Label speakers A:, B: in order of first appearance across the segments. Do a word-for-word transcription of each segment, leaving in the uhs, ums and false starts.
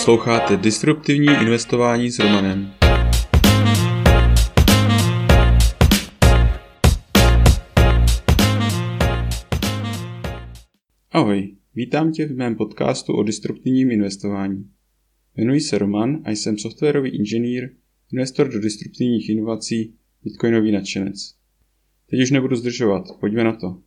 A: Posloucháte Disruptivní investování s Romanem. Ahoj, vítám tě v mém podcastu o disruptivním investování. Jmenuji se Roman a jsem softwarový inženýr, investor do disruptivních inovací, bitcoinový nadšenec. Teď už nebudu zdržovat, pojďme na to.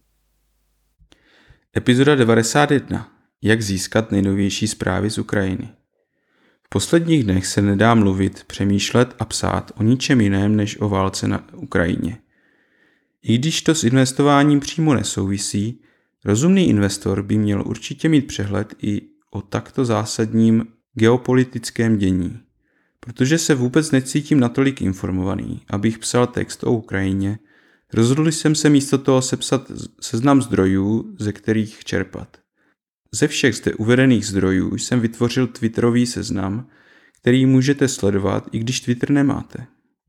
B: Epizoda devadesát jedna. Jak získat nejnovější zprávy z Ukrajiny. V posledních dnech se nedá mluvit, přemýšlet a psát o ničem jiném než o válce na Ukrajině. I když to s investováním přímo nesouvisí, rozumný investor by měl určitě mít přehled i o takto zásadním geopolitickém dění. Protože se vůbec necítím natolik informovaný, abych psal text o Ukrajině, rozhodl jsem se místo toho sepsat seznam zdrojů, ze kterých čerpat. Ze všech zde uvedených zdrojů jsem vytvořil Twitterový seznam, který můžete sledovat, i když Twitter nemáte.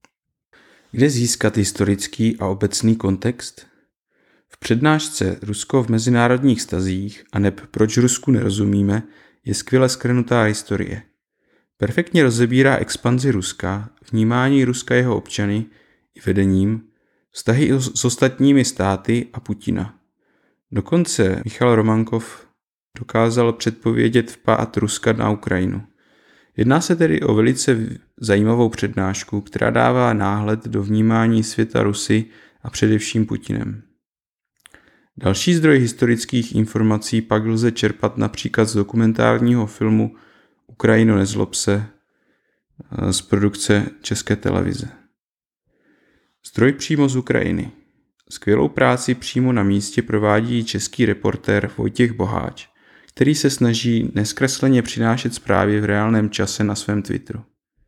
B: Kde získat historický a obecný kontext? V přednášce Rusko v mezinárodních vztazích a neb proč Rusku nerozumíme je skvěle shrnutá historie. Perfektně rozebírá expanzi Ruska, vnímání Ruska jeho občany i vedením, vztahy s ostatními státy a Putina. Dokonce Michal Romankov dokázal předpovědět vpád Ruska na Ukrajinu. Jedná se tedy o velice zajímavou přednášku, která dává náhled do vnímání světa Rusy a především Putinem. Další zdroj historických informací pak lze čerpat například z dokumentárního filmu Ukrajino nezlob se z produkce České televize. Zdroj přímo z Ukrajiny. Skvělou práci přímo na místě provádí český reportér Vojtěch Boháč, který se snaží nezkresleně přinášet zprávy v reálném čase na svém Twitteru.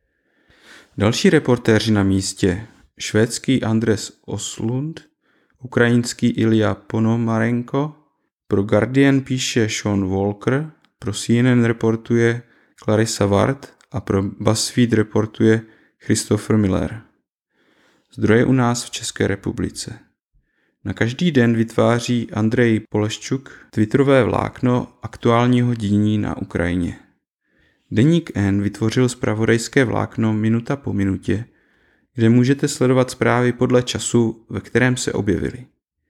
B: Další reportéři na místě, švédský Andres Oslund, ukrajinský Ilja Ponomarenko, pro Guardian píše Sean Walker, pro C N N reportuje Clarissa Ward a pro BuzzFeed reportuje Christopher Miller. Zdroje u nás v České republice. Na každý den vytváří Andrej Poleščuk twitterové vlákno aktuálního dění na Ukrajině. Deník N vytvořil zpravodajské vlákno minuta po minutě, kde můžete sledovat zprávy podle času, ve kterém se objevily.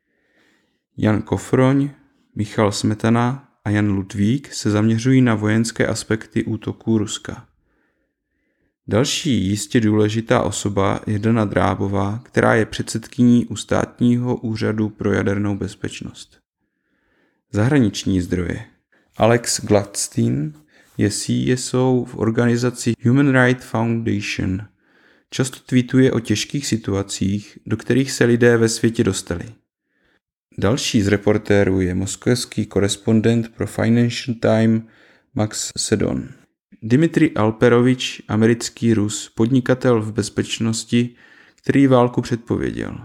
B: Jan Kofroň, Michal Smetana a Jan Ludvík se zaměřují na vojenské aspekty útoků Ruska. Další jistě důležitá osoba je Dana Drábová, která je předsedkyní u Státního úřadu pro jadernou bezpečnost. Zahraniční zdroje. Alex Gladstein je C S O v organizaci Human Rights Foundation. Často tweetuje o těžkých situacích, do kterých se lidé ve světě dostali. Další z reportérů je moskevský korespondent pro Financial Times Max Sedon. Dmitry Alperovič, americký Rus, podnikatel v bezpečnosti, který válku předpověděl.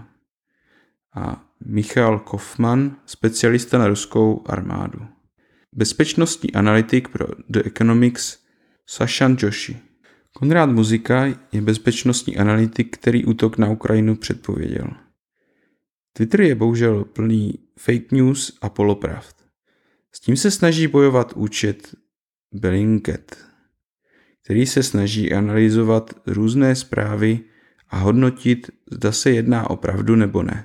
B: A Michal Kaufman, specialista na ruskou armádu. Bezpečnostní analytik pro The Economics Sashan Joshi. Konrád Muzika je bezpečnostní analytik, který útok na Ukrajinu předpověděl. Twitter je bohužel plný fake news a polopravd. S tím se snaží bojovat účet Bellingcat, který se snaží analyzovat různé zprávy a hodnotit, zda se jedná o pravdu nebo ne.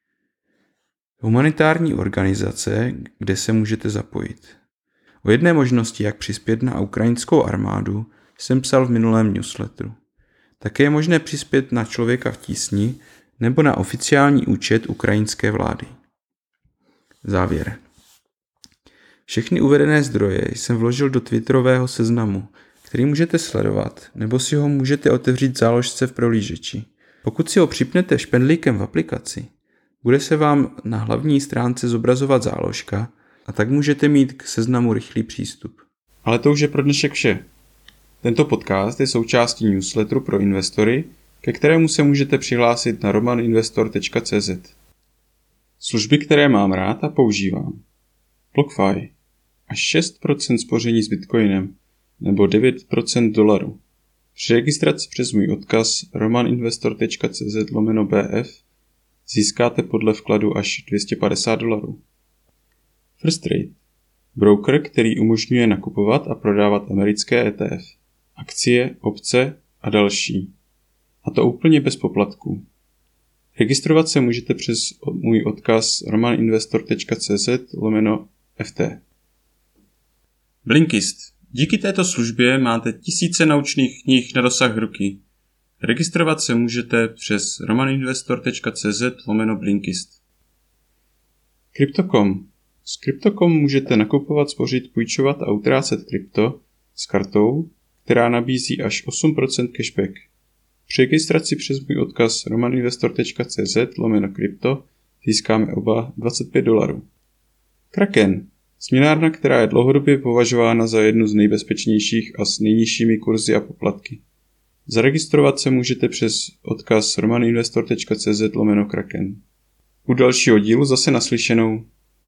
B: Humanitární organizace, kde se můžete zapojit. O jedné možnosti, jak přispět na ukrajinskou armádu, jsem psal v minulém newsletteru. Také je možné přispět na Člověka v tísni nebo na oficiální účet ukrajinské vlády. Závěr. Všechny uvedené zdroje jsem vložil do Twitterového seznamu, který můžete sledovat, nebo si ho můžete otevřít v záložce v prohlížeči. Pokud si ho připnete špendlíkem v aplikaci, bude se vám na hlavní stránce zobrazovat záložka a tak můžete mít k seznamu rychlý přístup.
A: Ale to už je pro dnešek vše. Tento podcast je součástí newsletteru pro investory, ke kterému se můžete přihlásit na romaninvestor tečka cé zet. Služby, které mám rád a používám. BlockFi. Až šest procent spoření s Bitcoinem nebo devět procent dolaru. Při registraci přes můj odkaz romaninvestor tečka cé zet lomeno bé ef získáte podle vkladu až dvě stě padesát dolarů. First Trade. Broker, který umožňuje nakupovat a prodávat americké E T F, akcie, opce a další. A to úplně bez poplatků. Registrovat se můžete přes můj odkaz romaninvestor tečka cz lomeno ft. Blinkist. Díky této službě máte tisíce naučných knih na dosah ruky. Registrovat se můžete přes romaninvestor tečka cz lomeno Blinkist. Crypto tečka com. S Crypto tečka com můžete nakupovat, spořit, půjčovat a utrácet krypto s kartou, která nabízí až osm procent cashback. Při registraci přes můj odkaz romaninvestor tečka cz lomeno krypto získáme oba dvacet pět dolarů. Kraken. Směnárna, která je dlouhodobě považována za jednu z nejbezpečnějších a s nejnižšími kurzy a poplatky. Zaregistrovat se můžete přes odkaz romaninvestor tečka cz lomeno Kraken. U dalšího dílu zase naslyšenou.